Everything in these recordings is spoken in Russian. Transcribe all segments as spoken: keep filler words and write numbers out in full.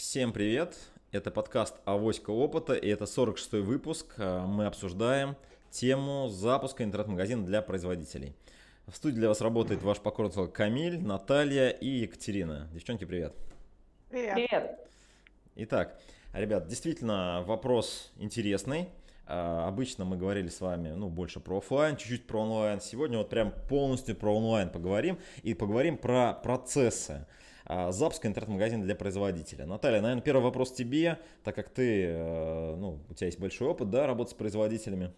Всем привет! Это подкаст «Авоська опыта», и это сорок шестой выпуск. Мы обсуждаем тему запуска интернет-магазина для производителей. В студии для вас работает ваш покорный слуга Камиль, Наталья и Екатерина. Девчонки, привет! Привет! Привет! Итак, ребят, действительно вопрос интересный. Обычно мы говорили с вами, ну, больше про офлайн, чуть-чуть про онлайн. Сегодня вот прям полностью про онлайн поговорим и поговорим про процессы запуска интернет-магазина для производителя. Наталья, наверное, первый вопрос тебе, так как ты, ну, у тебя есть большой опыт, да, работы с производителями.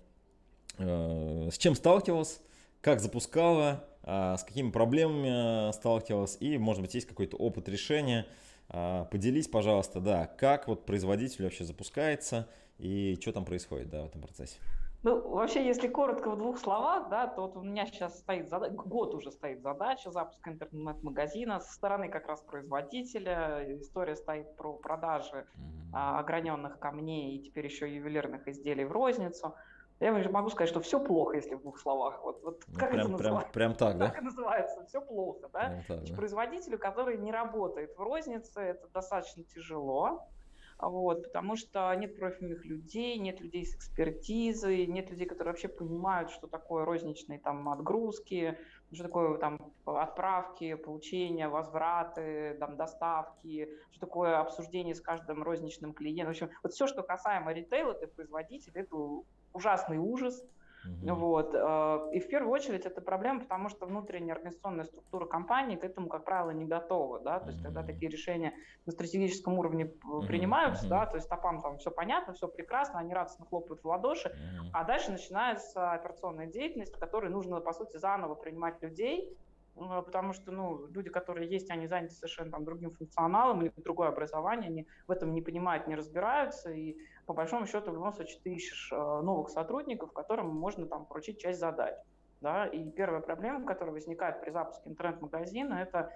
С чем сталкивалась, как запускала, с какими проблемами сталкивалась и, может быть, есть какой-то опыт решения. Поделись, пожалуйста, да, как вот производитель вообще запускается и что там происходит, да, в этом процессе. Ну, вообще, если коротко в двух словах, да, то вот у меня сейчас стоит задача, год уже стоит задача запуска интернет-магазина со стороны как раз производителя. История стоит про продажи mm-hmm. а, ограненных камней и теперь еще ювелирных изделий в розницу. Я могу сказать, что все плохо, если в двух словах. Вот, вот ну, как прям, это называется? Прям, прям так, да? Так и называется, все плохо, да? Так, да? Производителю, который не работает в рознице, это достаточно тяжело. Вот, потому что нет профильных людей, нет людей с экспертизой, нет людей, которые вообще понимают, что такое розничные там отгрузки, что такое там отправки, получения, возвраты, там, доставки, что такое обсуждение с каждым розничным клиентом. В общем, вот все, что касаемо ритейла, ты производитель, это ужасный ужас. Uh-huh. Вот. И в первую очередь это проблема, потому что внутренняя организационная структура компании к этому, как правило, не готова. Да? То есть, uh-huh. когда такие решения на стратегическом уровне uh-huh. принимаются, uh-huh. да, то есть топам там все понятно, все прекрасно, они радостно хлопают в ладоши, uh-huh. а дальше начинается операционная деятельность, в которой нужно, по сути, заново принимать людей, потому что ну, люди, которые есть, они заняты совершенно там, другим функционалом, или другое образование, они в этом не понимают, не разбираются, и по большому счету в любом случае ты ищешь новых сотрудников, которым можно там, поручить часть задач. Да? И первая проблема, которая возникает при запуске интернет-магазина, это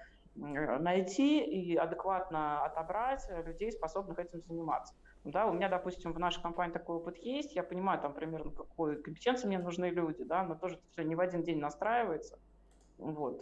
найти и адекватно отобрать людей, способных этим заниматься. Да, у меня, допустим, в нашей компании такой опыт есть, я понимаю там примерно, какой компетенции мне нужны люди, да, но тоже все не в один день настраивается. Вот.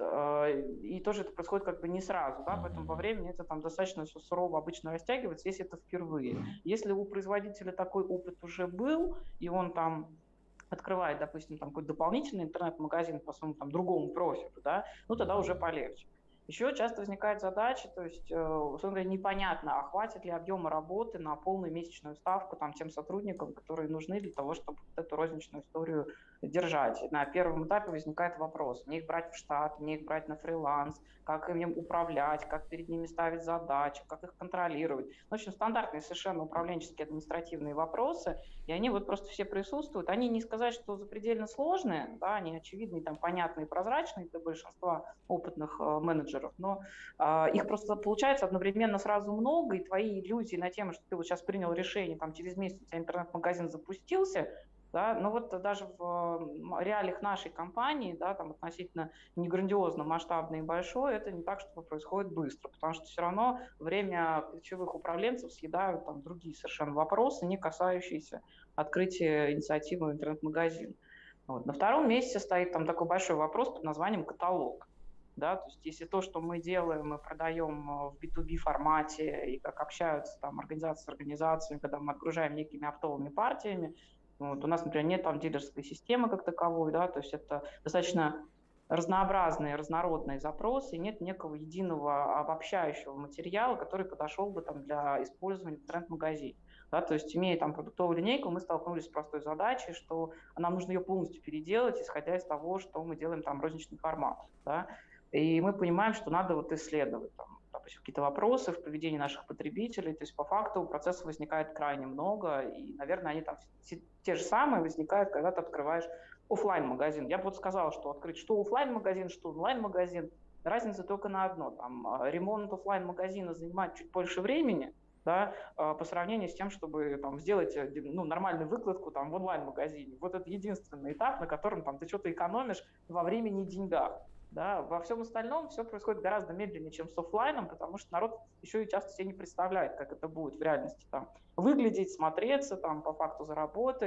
И тоже это происходит как бы не сразу, да, поэтому по времени это там достаточно все сурово обычно растягивается, если это впервые. Если у производителя такой опыт уже был, и он там открывает, допустим, там какой-то дополнительный интернет-магазин по своему там другому профилю, да, ну тогда уже полегче. Еще часто возникает задача, то есть, э, непонятно, а хватит ли объема работы на полную месячную ставку там, тем сотрудникам, которые нужны для того, чтобы вот эту розничную историю держать. На первом этапе возникает вопрос, мне их брать в штат, мне их брать на фриланс, как им управлять, как перед ними ставить задачи, как их контролировать. В общем, стандартные совершенно управленческие административные вопросы, и они вот просто все присутствуют. Они не сказать, что запредельно сложные, да, они очевидные, там, понятные, прозрачные для большинства опытных э, менеджеров, но э, их просто получается одновременно сразу много, и твои иллюзии на тему, что ты вот сейчас принял решение, там через месяц у тебя интернет-магазин запустился, да, но вот даже в реалиях нашей компании, да, там относительно не грандиозно, масштабно и большое, это не так, что происходит быстро, потому что все равно время ключевых управленцев съедают там другие совершенно вопросы, не касающиеся открытия инициативы интернет-магазина. Вот. На втором месте стоит там такой большой вопрос под названием каталог. Да, то есть если то, что мы делаем, мы продаем в би ту би формате, и как общаются там организации с организациями, когда мы отгружаем некими оптовыми партиями, вот, у нас, например, нет там дилерской системы как таковой, да, то есть это достаточно разнообразные, разнородные запросы, нет некого единого обобщающего материала, который подошел бы там, для использования в интернет-магазине. Да, то есть, имея там продуктовую линейку, мы столкнулись с простой задачей, что нам нужно ее полностью переделать, исходя из того, что мы делаем там розничный формат. Да. И мы понимаем, что надо вот исследовать там, допустим, какие-то вопросы в поведении наших потребителей. То есть по факту процессов возникает крайне много, и, наверное, они там те, те же самые возникают, когда ты открываешь офлайн-магазин. Я бы вот сказала, что открыть что офлайн-магазин, что онлайн-магазин, разница только на одно. Там, ремонт офлайн-магазина занимает чуть больше времени, да, по сравнению с тем, чтобы там, сделать ну, нормальную выкладку там, в онлайн-магазине. Вот это единственный этап, на котором там, ты что-то экономишь во времени и деньгах. Да, во всем остальном все происходит гораздо медленнее, чем с офлайном, потому что народ еще и часто себе не представляет, как это будет в реальности там, выглядеть, смотреться, там, по факту заработает.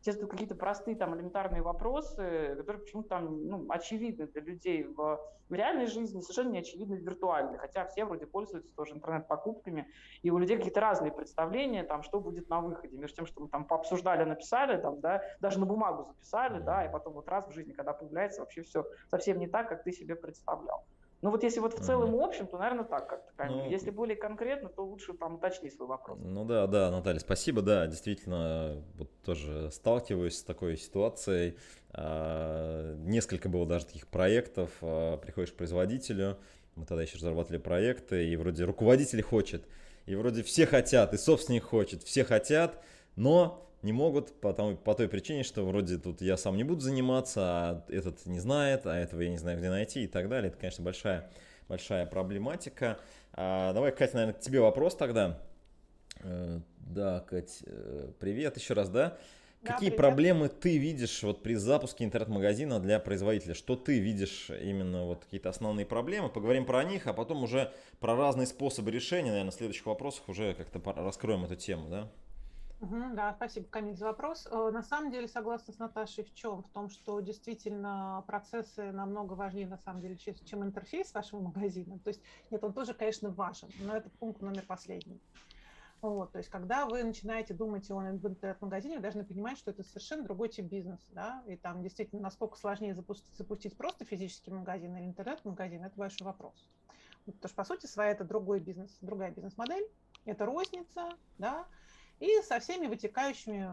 тебе задают какие-то простые там элементарные вопросы, которые почему-то там, ну, очевидны для людей в, в реальной жизни, совершенно не очевидны в виртуальной, хотя все вроде пользуются тоже интернет-покупками, и у людей какие-то разные представления, там, что будет на выходе, между тем, что мы там пообсуждали, написали, там, да, даже на бумагу записали, да, и потом вот раз в жизни, когда появляется, вообще все совсем не так, как ты себе представлял. Ну вот если вот в целом и общем, то, наверное, так как-то, Камиль. Ну, если более конкретно, то лучше там уточни свой вопрос. Ну да, да, Наталья, спасибо, да, действительно, вот тоже сталкиваюсь с такой ситуацией. Несколько было даже таких проектов, приходишь к производителю, мы тогда еще разрабатывали проекты, и вроде руководитель хочет, и вроде все хотят, и собственник хочет, все хотят, но не могут по, тому, по той причине, что вроде тут я сам не буду заниматься, а этот не знает, а этого я не знаю, где найти и так далее. Это, конечно, большая, большая проблематика. А, давай, Катя, наверное, к тебе вопрос тогда. Э, да, Кать, э, привет еще раз, да? Да, Какие привет. проблемы ты видишь вот при запуске интернет-магазина для производителя? Что ты видишь именно вот какие-то основные проблемы? Поговорим про них, а потом уже про разные способы решения. Наверное, в следующих вопросах уже как-то раскроем эту тему, да? Угу, да, спасибо, Камиль, за вопрос. На самом деле согласна с Наташей в чем? В том, что действительно процессы намного важнее, на самом деле, чем интерфейс вашего магазина. То есть, нет, он тоже, конечно, важен, но это пункт номер последний. Вот, то есть, когда вы начинаете думать о интернет-магазине, вы должны понимать, что это совершенно другой тип бизнеса, да, и там действительно, насколько сложнее запустить, запустить просто физический магазин или интернет-магазин, это большой вопрос. Потому что, по сути своей, это другой бизнес, другая бизнес-модель, это розница, да, и со всеми вытекающими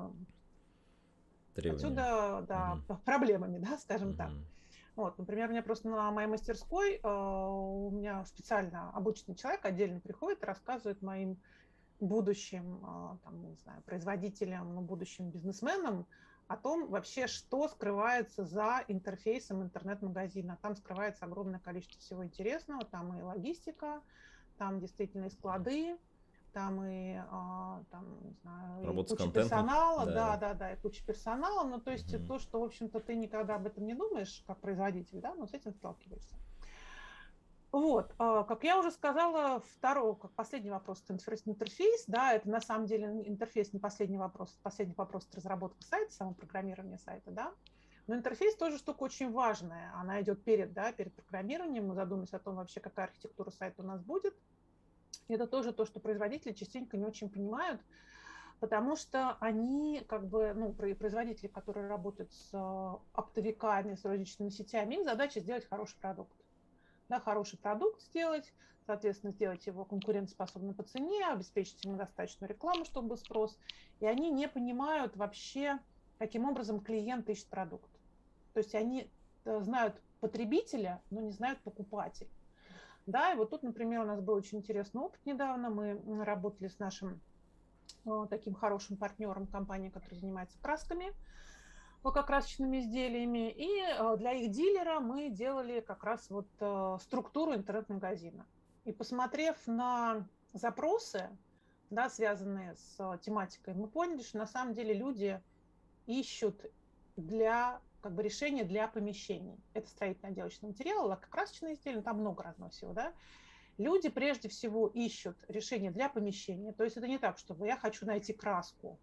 отсюда, да, угу. проблемами, да, скажем угу. так. Вот, например, у меня просто на моей мастерской э, у меня специально обученный человек отдельно приходит и рассказывает моим будущим, э, там, не знаю, производителям, ну, будущим бизнесменам о том вообще, что скрывается за интерфейсом интернет-магазина. Там скрывается огромное количество всего интересного, там и логистика, там действительно и склады, там и, а, там, не знаю, и куча персонала, да. да, да, да, и куча персонала, ну, то есть uh-huh. то, что, в общем-то, ты никогда об этом не думаешь, как производитель, да, но с этим сталкиваешься. Вот, как я уже сказала, второй, как последний вопрос, это интерфейс, да, это на самом деле интерфейс не последний вопрос, последний вопрос это разработка сайта, само программирование сайта, да, но интерфейс тоже штука очень важная, она идет перед, да, перед программированием, мы задумаемся о том вообще, какая архитектура сайта у нас будет. Это тоже то, что производители частенько не очень понимают, потому что они, как бы, ну, производители, которые работают с оптовиками, с розничными сетями, их задача сделать хороший продукт. Да, хороший продукт сделать, соответственно, сделать его конкурентоспособным по цене, обеспечить ему достаточную рекламу, чтобы был спрос. И они не понимают вообще, каким образом клиент ищет продукт. То есть они знают потребителя, но не знают покупателя. Да, и вот тут, например, у нас был очень интересный опыт недавно. Мы работали с нашим э, таким хорошим партнером, компанией, которая занимается красками, лакокрасочными изделиями. И э, для их дилера мы делали как раз вот э, структуру интернет-магазина. И посмотрев на запросы, да, связанные с тематикой, мы поняли, что на самом деле люди ищут для как бы решение для помещений. Это строительно-отделочные материалы, лакокрасочные изделия, там много разного всего, да. Люди прежде всего ищут решение для помещения. То есть это не так, что я хочу найти краску.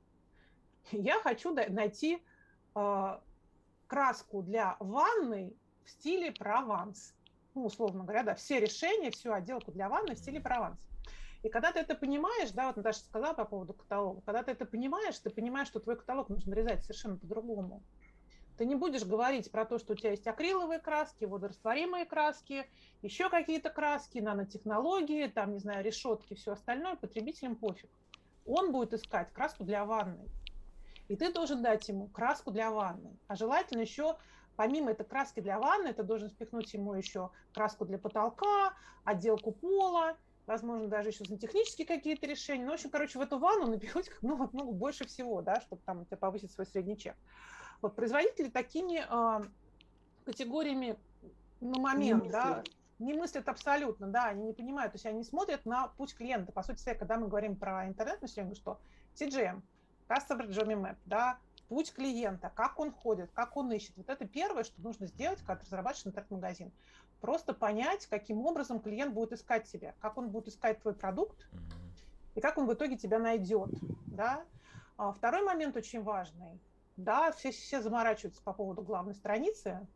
Я хочу найти э, краску для ванной в стиле Прованс. Ну, условно говоря, да, все решения, всю отделку для ванны в стиле Прованс. И когда ты это понимаешь, да, вот Наташа сказала по поводу каталога, когда ты это понимаешь, ты понимаешь, что твой каталог нужно нарезать совершенно по-другому. Ты не будешь говорить про то, что у тебя есть акриловые краски, водорастворимые краски, еще какие-то краски, нанотехнологии, там, не знаю, решетки, все остальное, потребителям пофиг. Он будет искать краску для ванной. И ты должен дать ему краску для ванной. А желательно еще, помимо этой краски для ванны, ты должен впихнуть ему еще краску для потолка, отделку пола, возможно, даже еще сантехнические какие-то решения. Ну, в общем, короче, в эту ванну напихнуть как много, много больше всего, да, чтобы там у тебя повысить свой средний чек. Вот производители такими э, категориями на момент, не да, не мыслят абсолютно, да, они не понимают, то есть они смотрят на путь клиента. По сути своей, когда мы говорим про интернет, мы все время говорим, что си джи эм, Customer Journey Map, да, путь клиента, как он ходит, как он ищет. Вот это первое, что нужно сделать, когда ты разрабатываешь интернет-магазин. Просто понять, каким образом клиент будет искать тебя, как он будет искать твой продукт и как он в итоге тебя найдет, да. А второй момент очень важный. Да, все, все заморачиваются по поводу главной страницы.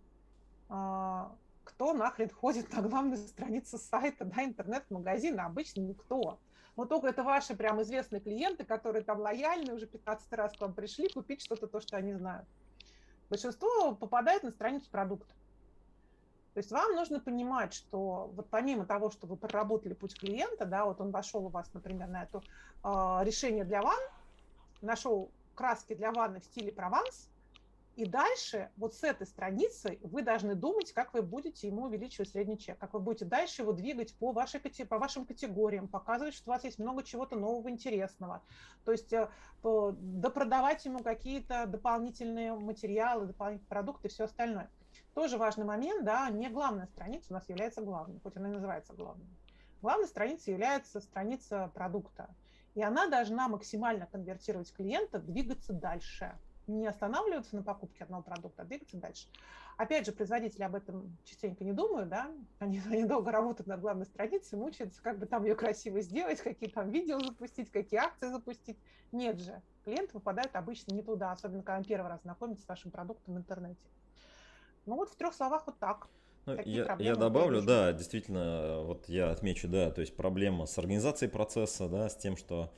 Кто нахрен ходит на главную страницу сайта, да, интернет-магазина? Обычно никто. Но только это ваши прям известные клиенты, которые там лояльны, уже пятнадцатый раз к вам пришли купить что-то, то, что они знают. Большинство попадает на страницу продукта. То есть вам нужно понимать, что вот помимо того, что вы проработали путь клиента, да, вот он вошел у вас, например, на это э, решение для ванн, нашел краски для ванны в стиле Прованс, и дальше вот с этой страницей вы должны думать, как вы будете ему увеличивать средний чек, как вы будете дальше его двигать по, вашей, по вашим категориям, показывать, что у вас есть много чего-то нового, интересного. То есть допродавать ему какие-то дополнительные материалы, дополнительные продукты и все остальное. Тоже важный момент, да, не главная страница у нас является главной, хоть она и называется главной. Главной страницей является страница продукта. И она должна максимально конвертировать клиента, двигаться дальше. Не останавливаться на покупке одного продукта, а двигаться дальше. Опять же, производители об этом частенько не думают, да, они, они долго работают над главной страницей, мучаются, как бы там ее красиво сделать, какие там видео запустить, какие акции запустить. Нет же, клиенты попадают обычно не туда, особенно когда он первый раз знакомится с вашим продуктом в интернете. Ну вот в трех словах вот так. Ну, я, я добавлю, да, действительно, вот я отмечу, да, то есть проблема с организацией процесса, да, с тем, что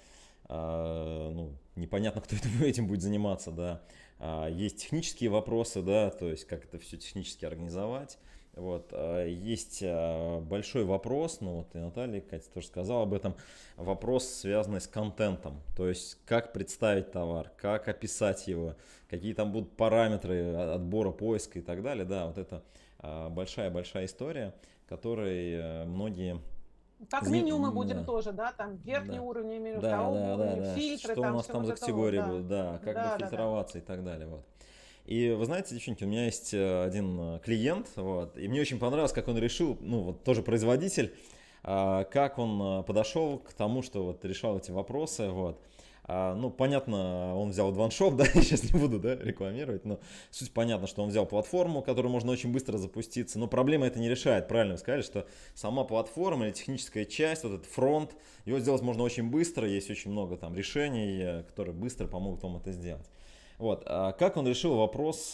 ну, непонятно, кто этим будет заниматься, да. Есть технические вопросы, да, то есть как это все технически организовать. Вот. Есть большой вопрос, ну вот и Наталья, Катя тоже сказала об этом, вопрос, связанный с контентом, то есть как представить товар, как описать его, какие там будут параметры отбора, поиска и так далее, да, вот это большая-большая история, которой многие... Как минимум мы будем да. тоже, да, там верхний да. уровень, да, второй да, уровень, да, фильтры. Что там, у нас там за категории вот будут, да, как да, бы фильтроваться да, да. и так далее, вот. И вы знаете, девчонки, у меня есть один клиент, вот, и мне очень понравилось, как он решил, ну, вот тоже производитель, как он подошел к тому, что вот решал эти вопросы, вот. Ну, понятно, он взял Advanshop, да, я сейчас не буду, да, рекламировать, но суть понятна, что он взял платформу, которую можно очень быстро запуститься, но проблема это не решает, правильно вы сказали, что сама платформа или техническая часть, вот этот фронт, его сделать можно очень быстро, есть очень много там решений, которые быстро помогут вам это сделать. Вот, а как он решил вопрос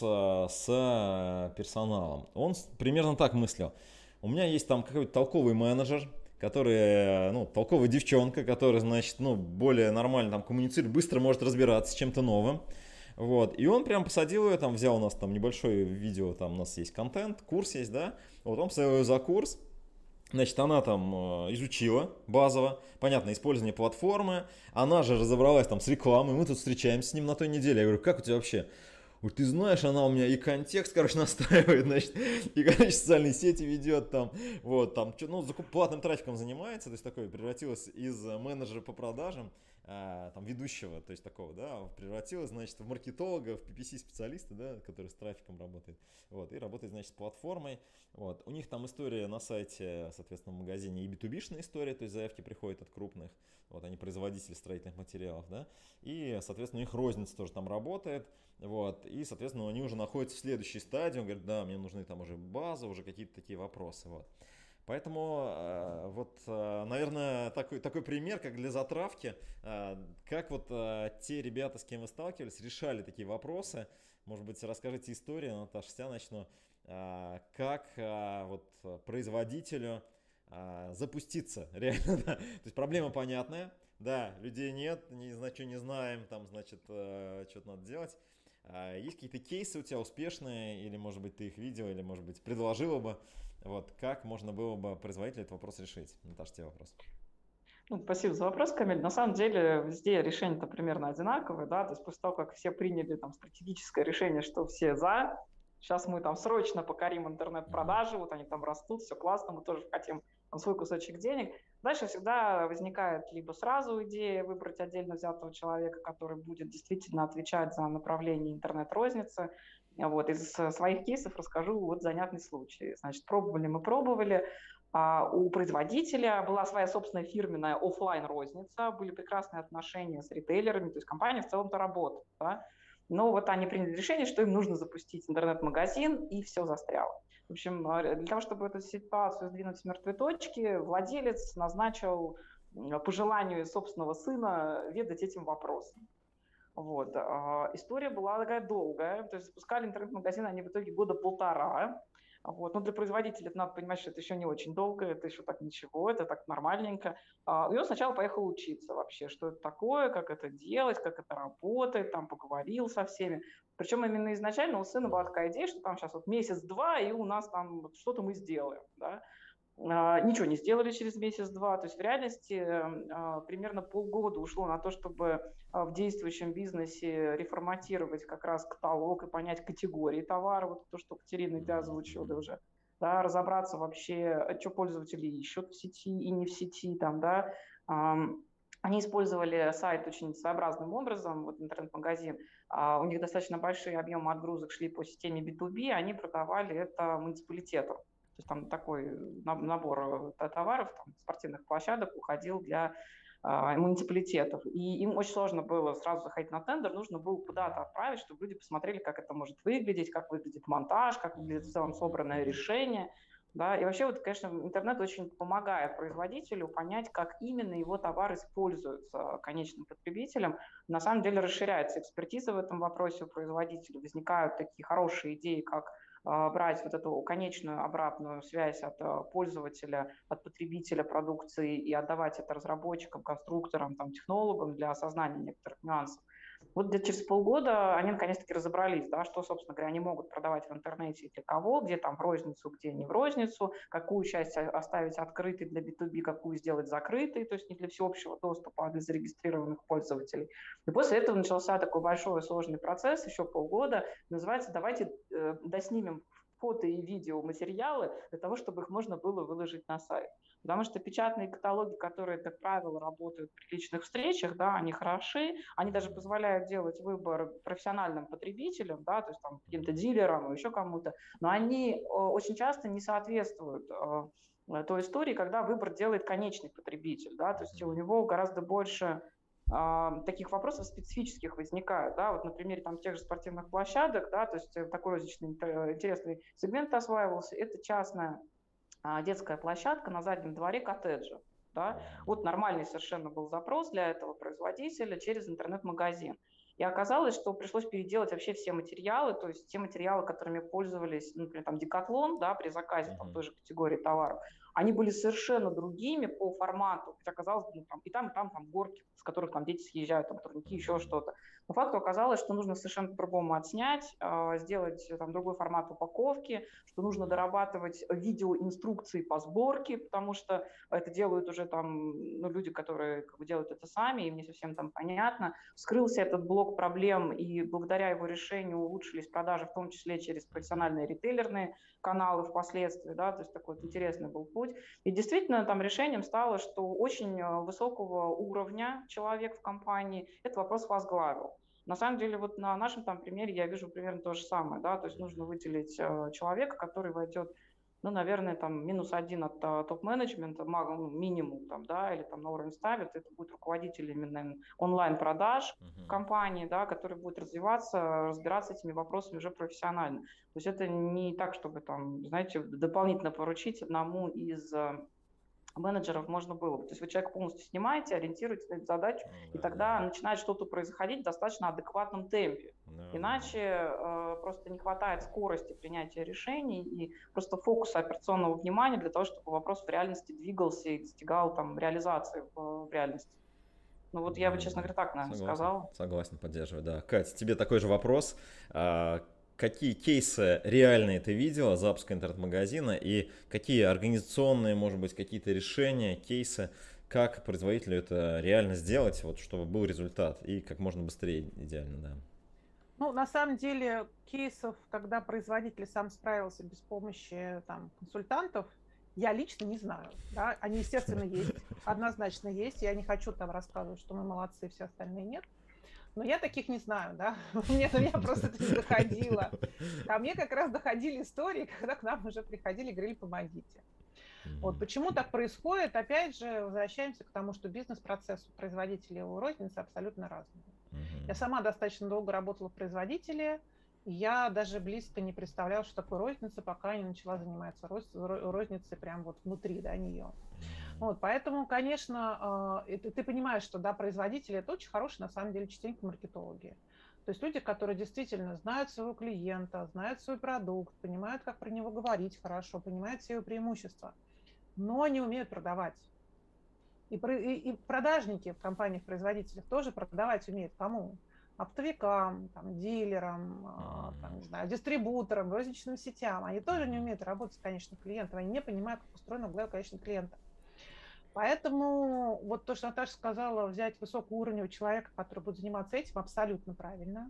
с персоналом? Он примерно так мыслил, у меня есть там какой-то толковый менеджер, который, ну, толковая девчонка, которая, значит, ну, более нормально там коммуницирует, быстро может разбираться с чем-то новым. Вот, и он прям посадил ее, там, взял у нас там небольшое видео, там у нас есть контент, курс есть, да, вот он посадил ее за курс, значит, она там изучила базово, понятно, использование платформы, она же разобралась там с рекламой, мы тут встречаемся с ним на той неделе, я говорю, как у тебя вообще? Вот ты знаешь, она у меня и контекст, короче, настраивает, значит, и, короче, социальные сети ведет там, вот, там, ну, платным трафиком занимается, то есть такое превратилось из менеджера по продажам, а, там, ведущего, то есть такого, да, превратилось, значит, в маркетолога, в пи пи си-специалиста, да, который с трафиком работает, вот, и работает, значит, с платформой, вот, у них там история на сайте, соответственно, в магазине и би ту би-шная история, то есть заявки приходят от крупных, вот, они производители строительных материалов, да, и, соответственно, у них розница тоже там работает, вот, и, соответственно, они уже находятся в следующей стадии, он говорит, да, мне нужны там уже базы, уже какие-то такие вопросы, вот. Поэтому, вот, наверное, такой, такой пример, как для затравки, как вот те ребята, с кем вы сталкивались, решали такие вопросы, может быть, расскажите историю, Наташа, с тебя начну, как вот производителю запуститься, реально, да, то есть проблема понятная, да, людей нет, не, значит, не знаем, там, значит, что-то надо делать. Есть какие-то кейсы у тебя успешные, или, может быть, ты их видела, или, может быть, предложила бы, вот, как можно было бы производителю этот вопрос решить? Наташа, тебе вопрос. Ну, спасибо за вопрос, Камиль. На самом деле, везде решения-то примерно одинаковые, да, то есть после того, как все приняли там стратегическое решение, что все за, сейчас мы там срочно покорим интернет-продажи, вот они там растут, все классно, мы тоже хотим там свой кусочек денег. Дальше всегда возникает либо сразу идея выбрать отдельно взятого человека, который будет действительно отвечать за направление интернет-розницы. Вот, из своих кейсов расскажу вот занятный случай. Значит, пробовали мы, пробовали. А у производителя была своя собственная фирменная офлайн-розница, были прекрасные отношения с ритейлерами, то есть компания в целом-то работает. Да? Но вот они приняли решение, что им нужно запустить интернет-магазин, и все застряло. В общем, для того, чтобы эту ситуацию сдвинуть с мертвой точки, владелец назначил по желанию собственного сына ведать этим вопросом. Вот. История была такая долгая, то есть запускали интернет-магазин они в итоге года полтора. Вот. Но для производителя надо понимать, что это еще не очень долго, это еще так ничего, это так нормальненько. И он сначала поехал учиться вообще, что это такое, как это делать, как это работает, там поговорил со всеми. Причем именно изначально у сына была такая идея, что там сейчас вот месяц-два, и у нас там вот что-то мы сделаем. Да? Ничего не сделали через месяц-два. То есть в реальности примерно полгода ушло на то, чтобы в действующем бизнесе реформатировать как раз каталог и понять категории товаров, вот то, что Катерина ты озвучила уже, да, разобраться вообще, что пользователи ищут в сети и не в сети. Там, да. Они использовали сайт очень своеобразным образом, вот интернет-магазин, у них достаточно большие объемы отгрузок шли по системе би ту би, они продавали это муниципалитетам. То есть там такой набор товаров, там, спортивных площадок уходил для э, муниципалитетов. И им очень сложно было сразу заходить на тендер, нужно было куда-то отправить, чтобы люди посмотрели, как это может выглядеть, как выглядит монтаж, как выглядит в целом собранное решение. Да? И вообще, вот, конечно, интернет очень помогает производителю понять, как именно его товар используется конечным потребителем. На самом деле расширяется экспертиза в этом вопросе у производителя, возникают такие хорошие идеи, как брать вот эту конечную обратную связь от пользователя, от потребителя продукции и отдавать это разработчикам, конструкторам, там, технологам для осознания некоторых нюансов. Вот где-то через полгода они наконец-таки разобрались, да, что, собственно говоря, они могут продавать в интернете и для кого, где там в розницу, где не в розницу, какую часть оставить открытой для би ту би, какую сделать закрытой, то есть не для всеобщего доступа, а для зарегистрированных пользователей. И после этого начался такой большой сложный процесс, еще полгода, называется «Давайте э, доснимем фото и видеоматериалы для того, чтобы их можно было выложить на сайт». Потому что печатные каталоги, которые, как правило, работают при личных встречах, да, они хороши, они даже позволяют делать выбор профессиональным потребителям, да, то есть там каким-то дилерам, еще кому-то, но они очень часто не соответствуют э, той истории, когда выбор делает конечный потребитель, да, то есть у него гораздо больше э, таких вопросов специфических возникает, да, вот на примере там тех же спортивных площадок, да, то есть такой розничный интересный сегмент осваивался, это частная детская площадка на заднем дворе коттеджа. Да? Вот нормальный совершенно был запрос для этого производителя через интернет-магазин. И оказалось, что пришлось переделать вообще все материалы, то есть те материалы, которыми пользовались, например, там Decathlon, да, при заказе там, той же категории товаров, они были совершенно другими по формату. Хотя оказалось, ну, там, и там, и там, там горки, с которых там дети съезжают, там турники, еще что-то. По факту оказалось, что нужно совершенно по-другому отснять, э, сделать там другой формат упаковки, что нужно дорабатывать видеоинструкции по сборке, потому что это делают уже там ну, люди, которые как бы, делают это сами, им не совсем там понятно. Вскрылся этот блок проблем, и благодаря его решению улучшились продажи, в том числе через профессиональные ритейлерные каналы впоследствии, да, то есть такой вот интересный был путь. И действительно там решением стало, что очень высокого уровня человек в компании этот вопрос возглавил. На самом деле вот на нашем там примере я вижу примерно то же самое, да, то есть нужно выделить э, человека, который войдет, ну, наверное, там минус один от uh, топ-менеджмента, минимум, там, да, или там на уровень ставит, это будет руководитель именно онлайн-продаж uh-huh. компании, да, который будет развиваться, разбираться этими вопросами уже профессионально. То есть это не так, чтобы там, знаете, дополнительно поручить одному из менеджеров можно было. То есть вы человека полностью снимаете, ориентируете на эту задачу, ну, да, и тогда да. начинает что-то происходить в достаточно адекватном темпе. Да, Иначе э, просто не хватает скорости принятия решений и просто фокуса операционного внимания для того, чтобы вопрос в реальности двигался и достигал там, реализации в, в реальности. Ну вот я бы, честно говоря, так, наверное, согласен, сказала. Согласен, поддерживаю, да. Кать, тебе такой же вопрос. Какие кейсы реальные ты видела запуска интернет-магазина и какие организационные, может быть, какие-то решения, кейсы, как производителю это реально сделать, вот, чтобы был результат и как можно быстрее, идеально, да? Ну, на самом деле, кейсов, когда производитель сам справился без помощи там, консультантов, я лично не знаю. Да? Они, естественно, есть, однозначно есть. Я не хочу там рассказывать, что мы молодцы, все остальные нет. Но я таких не знаю, да, мне до меня просто это не доходило. Ко мне как раз доходили истории, когда к нам уже приходили и говорили, помогите. Вот почему так происходит, опять же, возвращаемся к тому, что бизнес-процесс у производителя и у розницы абсолютно разный. Я сама достаточно долго работала в производителе, и я даже близко не представляла, что такое розница, пока не начала заниматься роз, розницей прямо вот внутри, да, нее. Вот, поэтому, конечно, э, ты, ты понимаешь, что да, производители – это очень хорошие, на самом деле, частенько маркетологи. То есть люди, которые действительно знают своего клиента, знают свой продукт, понимают, как про него говорить хорошо, понимают все его преимущества, но не умеют продавать. И, и, и продажники в компаниях-производителях тоже продавать умеют кому? Оптовикам, там, дилерам, там, не знаю, дистрибуторам, розничным сетям. Они тоже не умеют работать с конечным клиентом, они не понимают, как устроен угол конечного клиента. Поэтому вот то, что Наташа сказала, взять высокоуровневого человека, который будет заниматься этим, абсолютно правильно.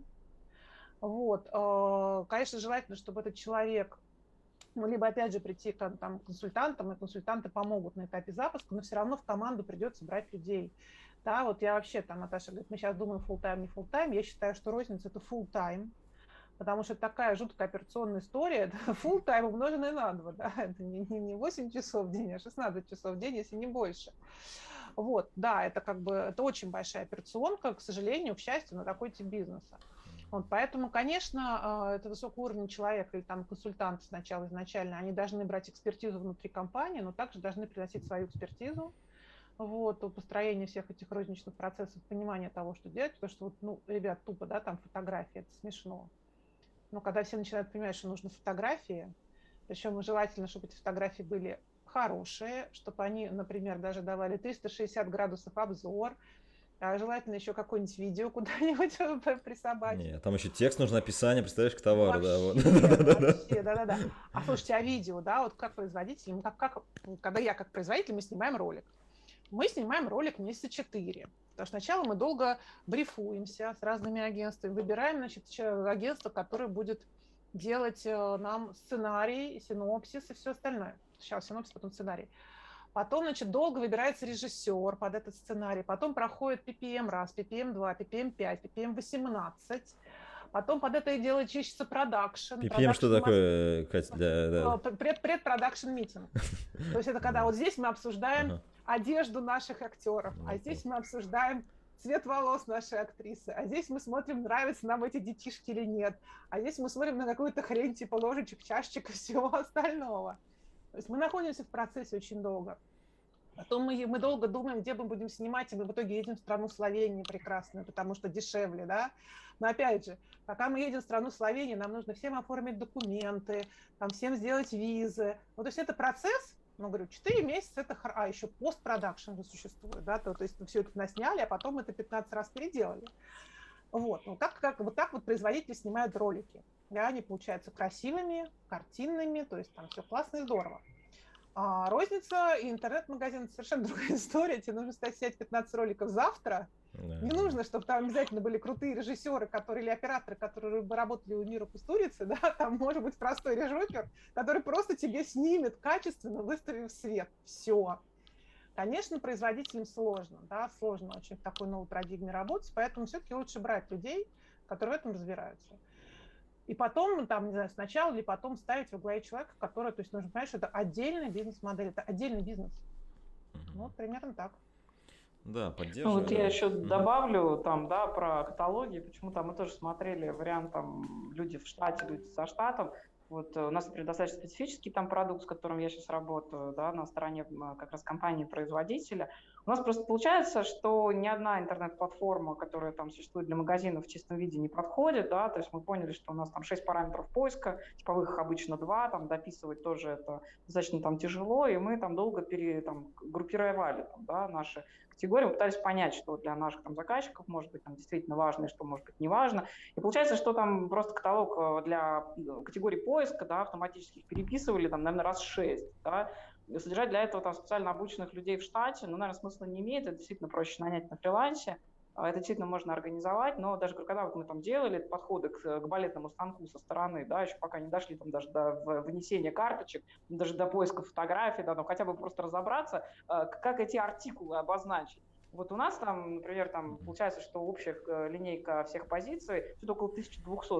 Вот. Конечно, желательно, чтобы этот человек, ну, либо, опять же, прийти к там, консультантам, и консультанты помогут на этапе запуска, но все равно в команду придется брать людей. Да, вот я вообще, там, Наташа говорит, мы сейчас думаем full-time, не full-time. Я считаю, что розница – это full-time, потому что такая жуткая операционная история, это full-time умноженное на два, да, это не, не восемь часов в день, а шестнадцать часов в день, если не больше. Вот, да, это как бы, это очень большая операционка, к сожалению, к счастью, на такой тип бизнеса. Вот, поэтому, конечно, это высокоуровневый человек или там консультант сначала изначально, они должны брать экспертизу внутри компании, но также должны приносить свою экспертизу, вот, у построения всех этих розничных процессов, понимания того, что делать, потому что, вот, ну, ребят, тупо, да, там фотографии, это смешно. Но когда все начинают понимать, что нужны фотографии, причем желательно, чтобы эти фотографии были хорошие, чтобы они, например, даже давали триста шестьдесят градусов обзор, а желательно еще какое-нибудь видео куда-нибудь присобачить. Нет, там еще текст нужно, описание, представляешь, к товару. Вообще, да, вот. вообще, да-да-да. А слушайте, а видео, да, вот как производитель, как, как, когда я как производитель, мы снимаем ролик. Мы снимаем ролик месяца четыре. Потому что сначала мы долго брифуемся с разными агентствами, выбираем, значит, агентство, которое будет делать нам сценарий, синопсис и все остальное. Сначала синопсис, потом сценарий. Потом, значит, долго выбирается режиссер под этот сценарий. Потом проходит пи пи эм раз, пи пи эм два, пи пи эм пять, пи пи эм восемнадцать. Потом под это дело чищется продакшн. пи пи эм что такое, Катя? Для, да. Пред, предпродакшн митинг. То есть это когда вот здесь мы обсуждаем ага. одежду наших актеров, а здесь мы обсуждаем цвет волос нашей актрисы, а здесь мы смотрим, нравятся нам эти детишки или нет, а здесь мы смотрим на какую-то хрень типа ложечек, чашечек и всего остального. То есть мы находимся в процессе очень долго. Потом мы, мы долго думаем, где мы будем снимать, и мы в итоге едем в страну Словении прекрасную, потому что дешевле, да. Но опять же, пока мы едем в страну Словении, нам нужно всем оформить документы, там, всем сделать визы. Ну, то есть это процесс, ну, говорю, четыре месяца, это, а еще постпродакшн же существует, да, то, то есть все это насняли, а потом это пятнадцать раз переделали. Вот, ну, как, как, вот так вот производители снимают ролики. Да, они получаются красивыми, картинными, то есть там все классно и здорово. А розница и интернет-магазин – это совершенно другая история. Тебе нужно снять пятнадцать роликов завтра. Да. Не нужно, чтобы там обязательно были крутые режиссеры, которые, или операторы, которые бы работали у Мира Кустурицы. Да? Там может быть простой режиссер, который просто тебе снимет качественно, выставив свет. Все. Конечно, производителям сложно. Да? Сложно очень в такой новой парадигме работать, поэтому все-таки лучше брать людей, которые в этом разбираются. И потом, там, не знаю, сначала или потом ставить во главе человека, который, то есть нужно понимать, что это отдельная бизнес-модель, это отдельный бизнес. Uh-huh. Ну, примерно так. Да, поддерживаю. Ну, вот я еще uh-huh. добавлю там, да, про каталоги, почему-то мы тоже смотрели вариант, там, люди в штате, люди за штатом. Вот у нас, например, достаточно специфический там продукт, с которым я сейчас работаю, да, на стороне как раз компании-производителя. У нас просто получается, что ни одна интернет-платформа, которая там существует для магазинов в чистом виде, не подходит, да, то есть мы поняли, что у нас там шесть параметров поиска, типовых их обычно два, там дописывать тоже это достаточно там тяжело, и мы там долго пере, там, группировали там, да, наши категории, мы пытались понять, что для наших там заказчиков может быть там действительно важно и что может быть не важно. И получается, что там просто каталог для категории поиска, да, автоматически их переписывали там, наверное, раз шесть, да. Содержать для этого там специально обученных людей в штате, ну, наверное, смысла не имеет, это действительно проще нанять на фрилансе, это действительно можно организовать, но даже когда вот мы там делали подходы к, к балетному станку со стороны, да, еще пока не дошли там даже до внесения карточек, даже до поиска фотографий, да, но хотя бы просто разобраться, как эти артикулы обозначить. Вот у нас там, например, там получается, что общая линейка всех позиций, что-то около тысяча двести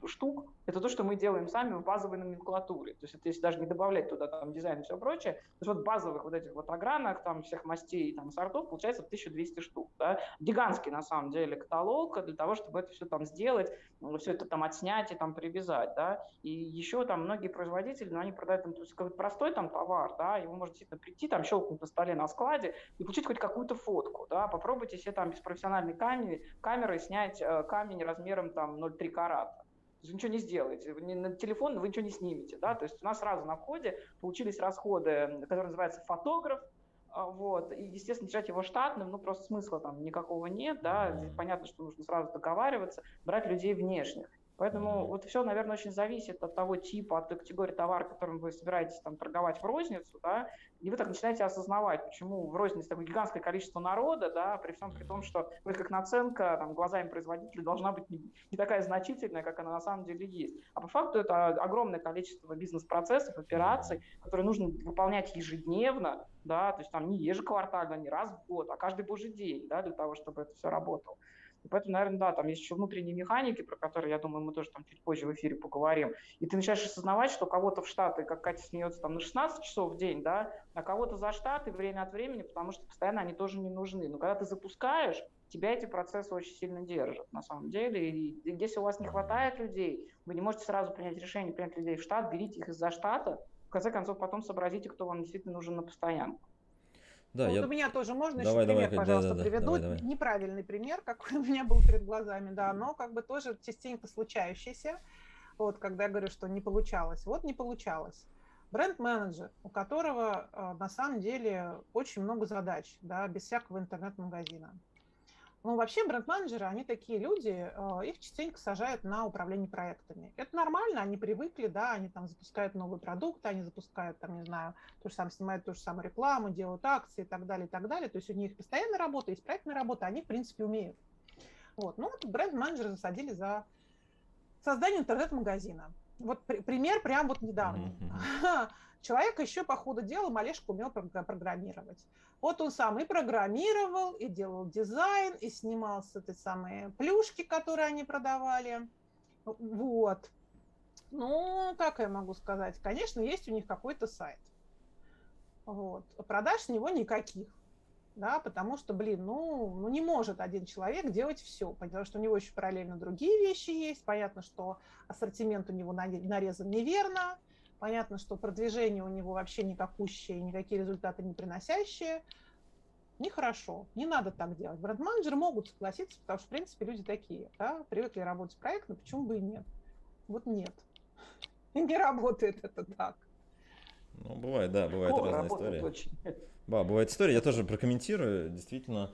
штук, это то, что мы делаем сами в базовой номенклатуре. То есть это если даже не добавлять туда там дизайн и все прочее, то есть вот базовых вот этих вот огранок, там всех мастей, там сортов получается тысяча двести штук, да. Гигантский на самом деле каталог для того, чтобы это все там сделать, все это там отснять и там привязать, да. И еще там многие производители, ну, они продают там, то есть какой-то простой там товар, да, его можно действительно прийти, там щелкнуть на столе на складе и получить хоть какую-то фотку, да. Попробуйте себе там без профессиональной камеры, камеры снять э, камень размером там ноль целых три карата. Вы ничего не сделаете, вы не, на телефон вы ничего не снимете, да, то есть у нас сразу на входе получились расходы, которые называются фотограф, вот, и, естественно, держать его штатным, ну, просто смысла там никакого нет, да, здесь понятно, что нужно сразу договариваться, брать людей внешних. Поэтому mm-hmm. вот все, наверное, очень зависит от того типа, от той категории товара, которым вы собираетесь там торговать в розницу, да, и вы так начинаете осознавать, почему в рознице такое гигантское количество народа, да, при всем при том, что вроде как наценка там, глазами производителя должна быть не, не такая значительная, как она на самом деле есть. А по факту это огромное количество бизнес-процессов, операций, которые нужно выполнять ежедневно, да, то есть там не ежеквартально, не раз в год, а каждый божий день, да, для того, чтобы это все работало. И поэтому, наверное, да, там есть еще внутренние механики, про которые, я думаю, мы тоже там чуть позже в эфире поговорим. И ты начинаешь осознавать, что кого-то в Штаты, как Катя смеется, там на шестнадцать часов в день, да, а кого-то за Штаты время от времени, потому что постоянно они тоже не нужны. Но когда ты запускаешь, тебя эти процессы очень сильно держат, на самом деле. И если у вас не хватает людей, вы не можете сразу принять решение, принять людей в штат, берите их из-за штата, в конце концов, потом сообразите, кто вам действительно нужен на постоянку. Да, вот я... у меня тоже можно давай, еще пример, давай, пожалуйста, да, да, приведу. Давай, давай. Неправильный пример, какой у меня был перед глазами, да, но как бы тоже частенько случающийся. Вот, когда я говорю, что не получалось. Вот не получалось. Бренд-менеджер, у которого на самом деле очень много задач, да, без всякого интернет-магазина. Ну, вообще бренд-менеджеры, они такие люди, их частенько сажают на управление проектами. Это нормально, они привыкли, да, они там запускают новые продукты, они запускают, там, не знаю, то же самое, снимают ту же самую рекламу, делают акции и так далее, и так далее. То есть у них постоянная работа, есть проектная работа, они, в принципе, умеют. Вот. Ну, вот бренд-менеджеры засадили за создание интернет-магазина. Вот при- пример прям вот недавний. Mm-hmm. Человек еще по ходу дела малешку умел программировать. Вот он сам и программировал, и делал дизайн, и снимал с этой самой плюшки, которые они продавали. Вот. Ну, как я могу сказать? Конечно, есть у них какой-то сайт. Вот. Продаж с него никаких. Да, потому что, блин, ну, ну не может один человек делать все, потому что у него еще параллельно другие вещи есть. Понятно, что ассортимент у него нарезан неверно. Понятно, что продвижение у него вообще никакущее, никакие результаты не приносящие. Нехорошо, не надо так делать. Бренд-менеджеры могут согласиться, потому что, в принципе, люди такие, да, привыкли работать проектно, почему бы и нет? Вот нет. И не работает это так. Ну, бывает, да, бывает О, разные истории. Очень. Да, бывает история, я тоже прокомментирую, действительно.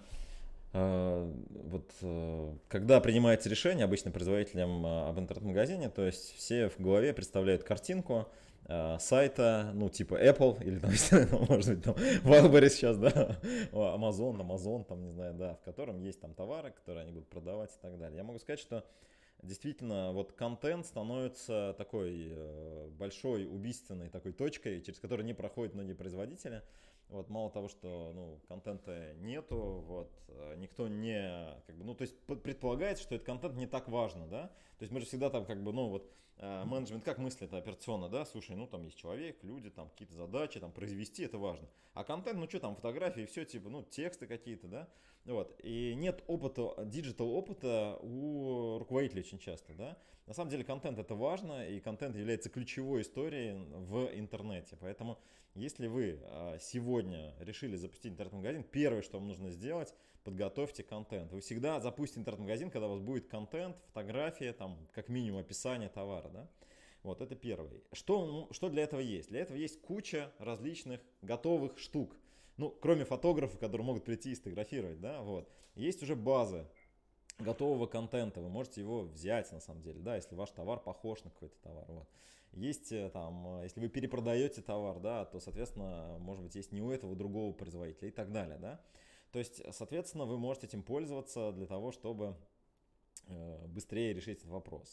Вот когда принимается решение обычно производителем об интернет-магазине, то есть все в голове представляют картинку сайта, ну, типа Apple, или там, может быть, там, Wildberries сейчас, да, Amazon, Amazon, там, не знаю, да, в котором есть там товары, которые они будут продавать и так далее. Я могу сказать, что действительно, вот контент становится такой большой убийственной такой точкой, через которую не проходят многие производители. Вот, мало того, что ну, контента нету, вот, никто не, как бы, ну, то есть предполагается, что этот контент не так важно, да, то есть мы же всегда там, как бы, ну, вот, менеджмент как мыслит операционно, да, слушай, ну, там есть человек, люди, там, какие-то задачи, там, произвести, это важно, а контент, ну, что там, фотографии, все, типа, ну, тексты какие-то, да, вот, и нет опыта, диджитал опыта у руководителей очень часто, да, на самом деле контент это важно, и контент является ключевой историей в интернете, поэтому если вы сегодня решили запустить интернет-магазин, первое, что вам нужно сделать, подготовьте контент. Вы всегда запустите интернет-магазин, когда у вас будет контент, фотография, там, как минимум описание товара. Да? Вот, это первое. Что, ну, что для этого есть? Для этого есть куча различных готовых штук. Ну, кроме фотографов, которые могут прийти и сфотографировать. Да? Вот. Есть уже базы готового контента. Вы можете его взять, на самом деле, да, если ваш товар похож на какой-то товар. Вот. Есть там, если вы перепродаете товар, да, то, соответственно, может быть, есть не у этого, у другого производителя и так далее, да. То есть, соответственно, вы можете этим пользоваться для того, чтобы быстрее решить этот вопрос.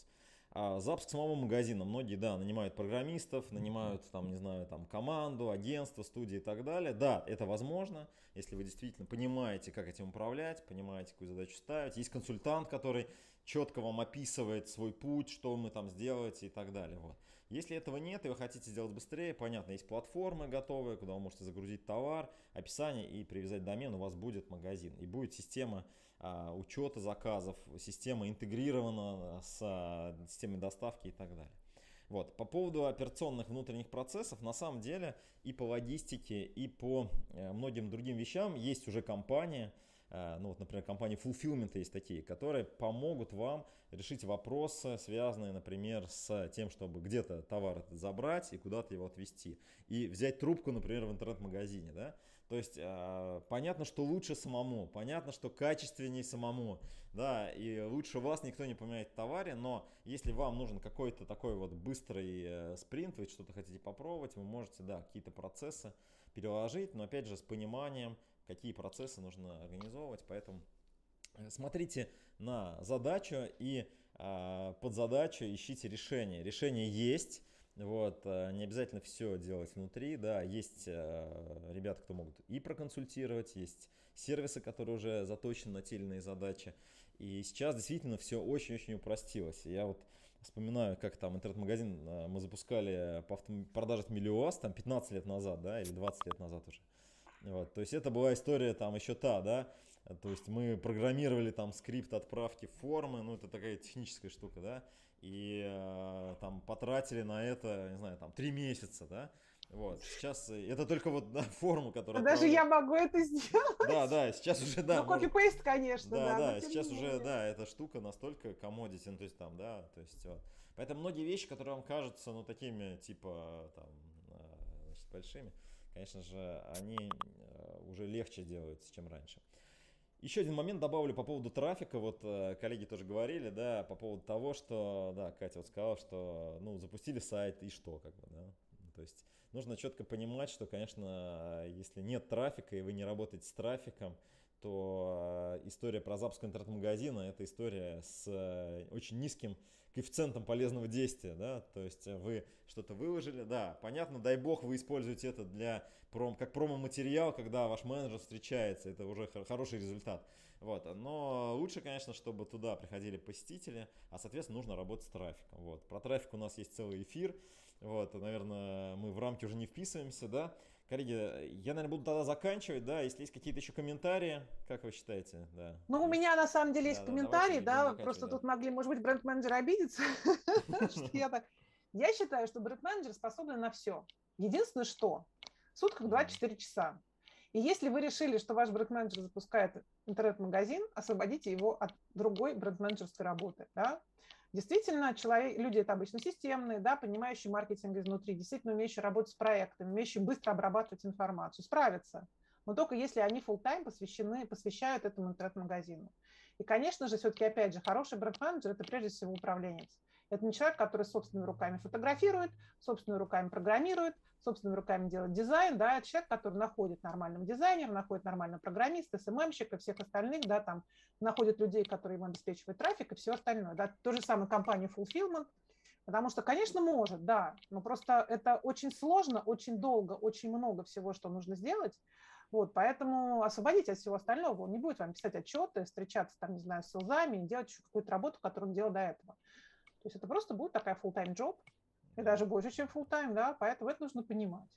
А запуск самого магазина. Многие, да, нанимают программистов, нанимают, там, не знаю, там, команду, агентство, студии и так далее. Да, это возможно, если вы действительно понимаете, как этим управлять, понимаете, какую задачу ставить. Есть консультант, который четко вам описывает свой путь, что мы там сделаете и так далее. Вот. Если этого нет, и вы хотите сделать быстрее, понятно, есть платформы готовые, куда вы можете загрузить товар, описание и привязать домен, у вас будет магазин. И будет система а, учета заказов, система интегрирована с а, системой доставки и так далее. Вот. По поводу операционных внутренних процессов, на самом деле и по логистике, и по э, многим другим вещам есть уже компании, ну вот, например, компании Fulfillment есть такие, которые помогут вам решить вопросы, связанные, например, с тем, чтобы где-то товар этот забрать и куда-то его отвезти. И взять трубку, например, в интернет-магазине, да. То есть, э, понятно, что лучше самому, понятно, что качественнее самому, да, и лучше вас никто не поменяет в товаре, но если вам нужен какой-то такой вот быстрый э, спринт, вы что-то хотите попробовать, вы можете, да, какие-то процессы переложить, но опять же с пониманием, какие процессы нужно организовывать, поэтому смотрите на задачу и э, под задачу ищите решение. Решение есть, вот, э, не обязательно все делать внутри, да, есть э, ребята, кто могут и проконсультировать, есть сервисы, которые уже заточены на те или иные задачи, и сейчас действительно все очень-очень упростилось. Я вот вспоминаю, как там интернет-магазин э, мы запускали по продаже Мелиос там пятнадцать лет назад, да, или двадцать лет назад уже. Вот, то есть это была история там еще та, да, то есть мы программировали там скрипт отправки формы, ну это такая техническая штука, да, и э, там потратили на это, не знаю, там три месяца, да, вот, сейчас это только вот, да, форму, которая... Даже я могу это сделать. Да, да, сейчас уже, да. Ну, копипейст, конечно, да. Да, да, сейчас уже, да, эта штука настолько commodity, ну, то есть там, да, то есть вот. Поэтому многие вещи, которые вам кажутся, ну, такими, типа, там, значит, большими, конечно же, они уже легче делаются, чем раньше. Еще один момент добавлю по поводу трафика. Вот коллеги тоже говорили, да, по поводу того, что, да, Катя вот сказала, что, ну, запустили сайт и что, как бы, да. То есть нужно четко понимать, что, конечно, если нет трафика и вы не работаете с трафиком, то история про запуск интернет-магазина – это история с очень низким коэффициентом полезного действия, да, то есть вы что-то выложили, да, понятно, дай бог вы используете это для пром, как промо-материал, когда ваш менеджер встречается, это уже хороший результат, вот, но лучше, конечно, чтобы туда приходили посетители, а, соответственно, нужно работать с трафиком, вот, про трафик у нас есть целый эфир, вот, наверное, мы в рамки уже не вписываемся, да. Коллеги, я, наверное, буду тогда заканчивать, да, если есть какие-то еще комментарии, как вы считаете, да? Ну, есть? у меня на самом деле есть да, комментарии, да, да просто да. тут могли, может быть, бренд-менеджеры обидеться, что я так... Я считаю, что бренд-менеджеры способны на все. Единственное, что в сутках двадцать четыре часа. И если вы решили, что ваш бренд-менеджер запускает интернет-магазин, освободите его от другой бренд-менеджерской работы, да. Действительно, человек, люди это обычно системные, да, понимающие маркетинг изнутри, действительно умеющие работать с проектами, умеющие быстро обрабатывать информацию, справятся. Но только если они full-time посвящены, посвящают этому интернет-магазину. И, конечно же, все-таки, опять же, хороший бренд-менеджер – это прежде всего управленец. Это не человек, который собственными руками фотографирует, собственными руками программирует, собственными руками делает дизайн, да, это человек, который находит нормального дизайнера, находит нормального программиста, эс эм эм-щика, всех остальных, да, там, находит людей, которые ему обеспечивают трафик и все остальное. Да. То же самое компания Fulfillment, потому что, конечно, может, да, но просто это очень сложно, очень долго, очень много всего, что нужно сделать. Вот, поэтому освободите от всего остального. Он не будет вам писать отчеты, встречаться, там, не знаю, с селзами и делать еще какую-то работу, которую он делал до этого. То есть это просто будет такая full-time job, и даже больше, чем full-time, да, поэтому это нужно понимать.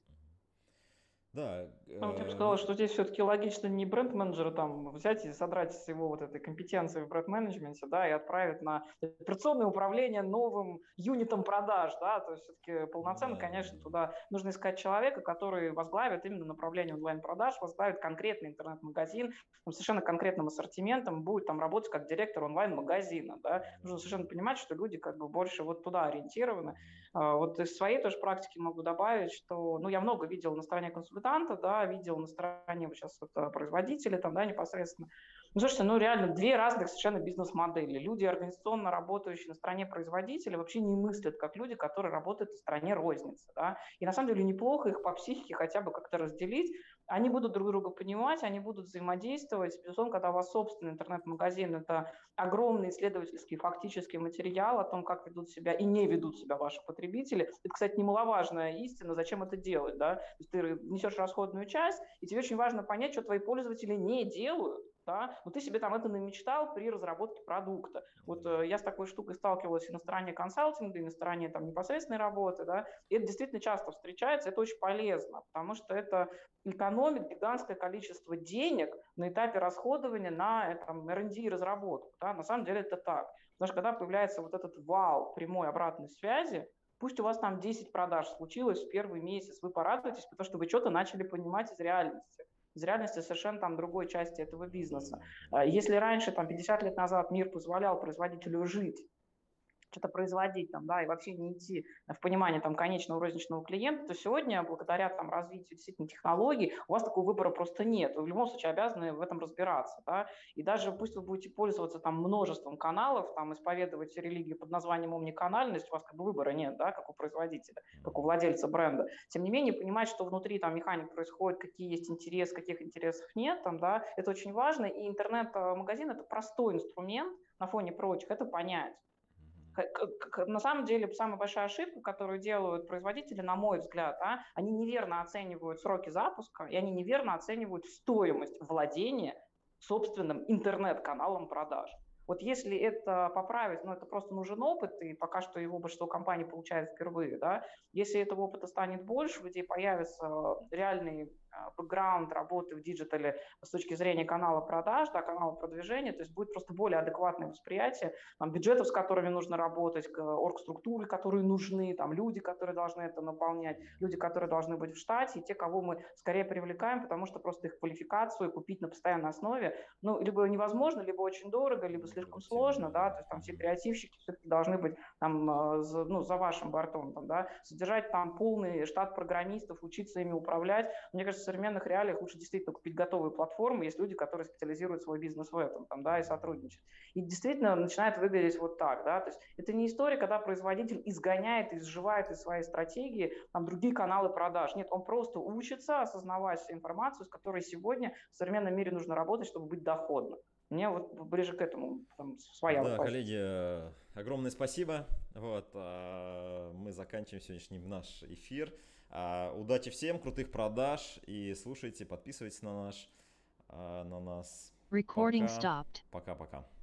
Да. Ну, ты бы сказала, что здесь все-таки логично не бренд-менеджера там взять и содрать с его вот этой компетенции в бренд-менеджменте, да, и отправить на операционное управление новым юнитом продаж, да, то есть все-таки полноценно, да, конечно, да. Туда нужно искать человека, который возглавит именно направление онлайн-продаж, возглавит конкретный интернет-магазин, там, совершенно конкретным ассортиментом, будет там работать как директор онлайн-магазина, да, нужно совершенно понимать, что люди как бы больше вот туда ориентированы. Вот из своей тоже практики могу добавить, что, ну, я много видела на стороне консультантов, да, видел на стороне вот сейчас вот производителей там, да, непосредственно. Ну, слушайте, ну, реально две разных совершенно бизнес-модели. Люди, организационно работающие на стороне производителя, вообще не мыслят как люди, которые работают на стороне розницы, да. И на самом деле неплохо их по психике хотя бы как-то разделить, Они будут друг друга понимать, они будут взаимодействовать. Безусловно, когда у вас собственный интернет-магазин, это огромный исследовательский фактический материал о том, как ведут себя и не ведут себя ваши потребители. Это, кстати, немаловажная истина, зачем это делать. Да? То есть ты несешь расходную часть, и тебе очень важно понять, что твои пользователи не делают. Да? Но ты себе там это намечтал при разработке продукта. Вот э, я с такой штукой сталкивалась и на стороне консалтинга, и на стороне там, непосредственной работы. Да? И это действительно часто встречается, это очень полезно, потому что это экономит гигантское количество денег на этапе расходования на там, эр энд ди и разработку. Да? На самом деле это так. Потому что когда появляется вот этот вал прямой обратной связи, пусть у вас там десять продаж случилось в первый месяц, вы порадуетесь, потому что вы что-то начали понимать из реальности. Из реальности совершенно там другой части этого бизнеса. Если раньше, там, пятьдесят лет назад мир позволял производителю жить, что-то производить там, да, и вообще не идти в понимание там, конечного розничного клиента, то сегодня, благодаря там, развитию действительно технологий, у вас такого выбора просто нет. Вы в любом случае обязаны в этом разбираться. Да? И даже пусть вы будете пользоваться там, множеством каналов, там, исповедовать религию под названием омниканальность, у вас как бы выбора нет, да, как у производителя, как у владельца бренда. Тем не менее, понимать, что внутри там, механик происходит, какие есть интересы, каких интересов нет, там, да, это очень важно. И интернет-магазин – это простой инструмент на фоне прочих, это понять. На самом деле, самая большая ошибка, которую делают производители, на мой взгляд, а, они неверно оценивают сроки запуска, и они неверно оценивают стоимость владения собственным интернет-каналом продаж. Вот если это поправить, ну, это просто нужен опыт, и пока что его большинство компаний получает впервые, да, если этого опыта станет больше, у людей появится реальный бэкграунд работы в диджитале с точки зрения канала продаж, да, канала продвижения, то есть будет просто более адекватное восприятие там, бюджетов, с которыми нужно работать, оргструктуры, которые нужны, там, люди, которые должны это наполнять, люди, которые должны быть в штате, и те, кого мы скорее привлекаем, потому что просто их квалификацию купить на постоянной основе, ну, либо невозможно, либо очень дорого, либо слишком сложно, да, то есть там все креативщики все-таки должны быть там, за, ну, за вашим бортом, там, да, содержать там полный штат программистов, учиться ими управлять. Мне кажется, в современных реалиях лучше действительно купить готовые платформы, есть люди, которые специализируют свой бизнес в этом, там, да, и сотрудничают. И действительно начинает выглядеть вот так, да, то есть это не история, когда производитель изгоняет, изживает из своей стратегии там, другие каналы продаж. Нет, он просто учится осознавать всю информацию, с которой сегодня в современном мире нужно работать, чтобы быть доходным. Мне вот ближе к этому там, своя Да, позиция. Коллеги, огромное спасибо. Вот, мы заканчиваем сегодняшний наш эфир. Удачи всем, крутых продаж, и слушайте, подписывайтесь на наш, на нас. Recording stopped. Пока-пока.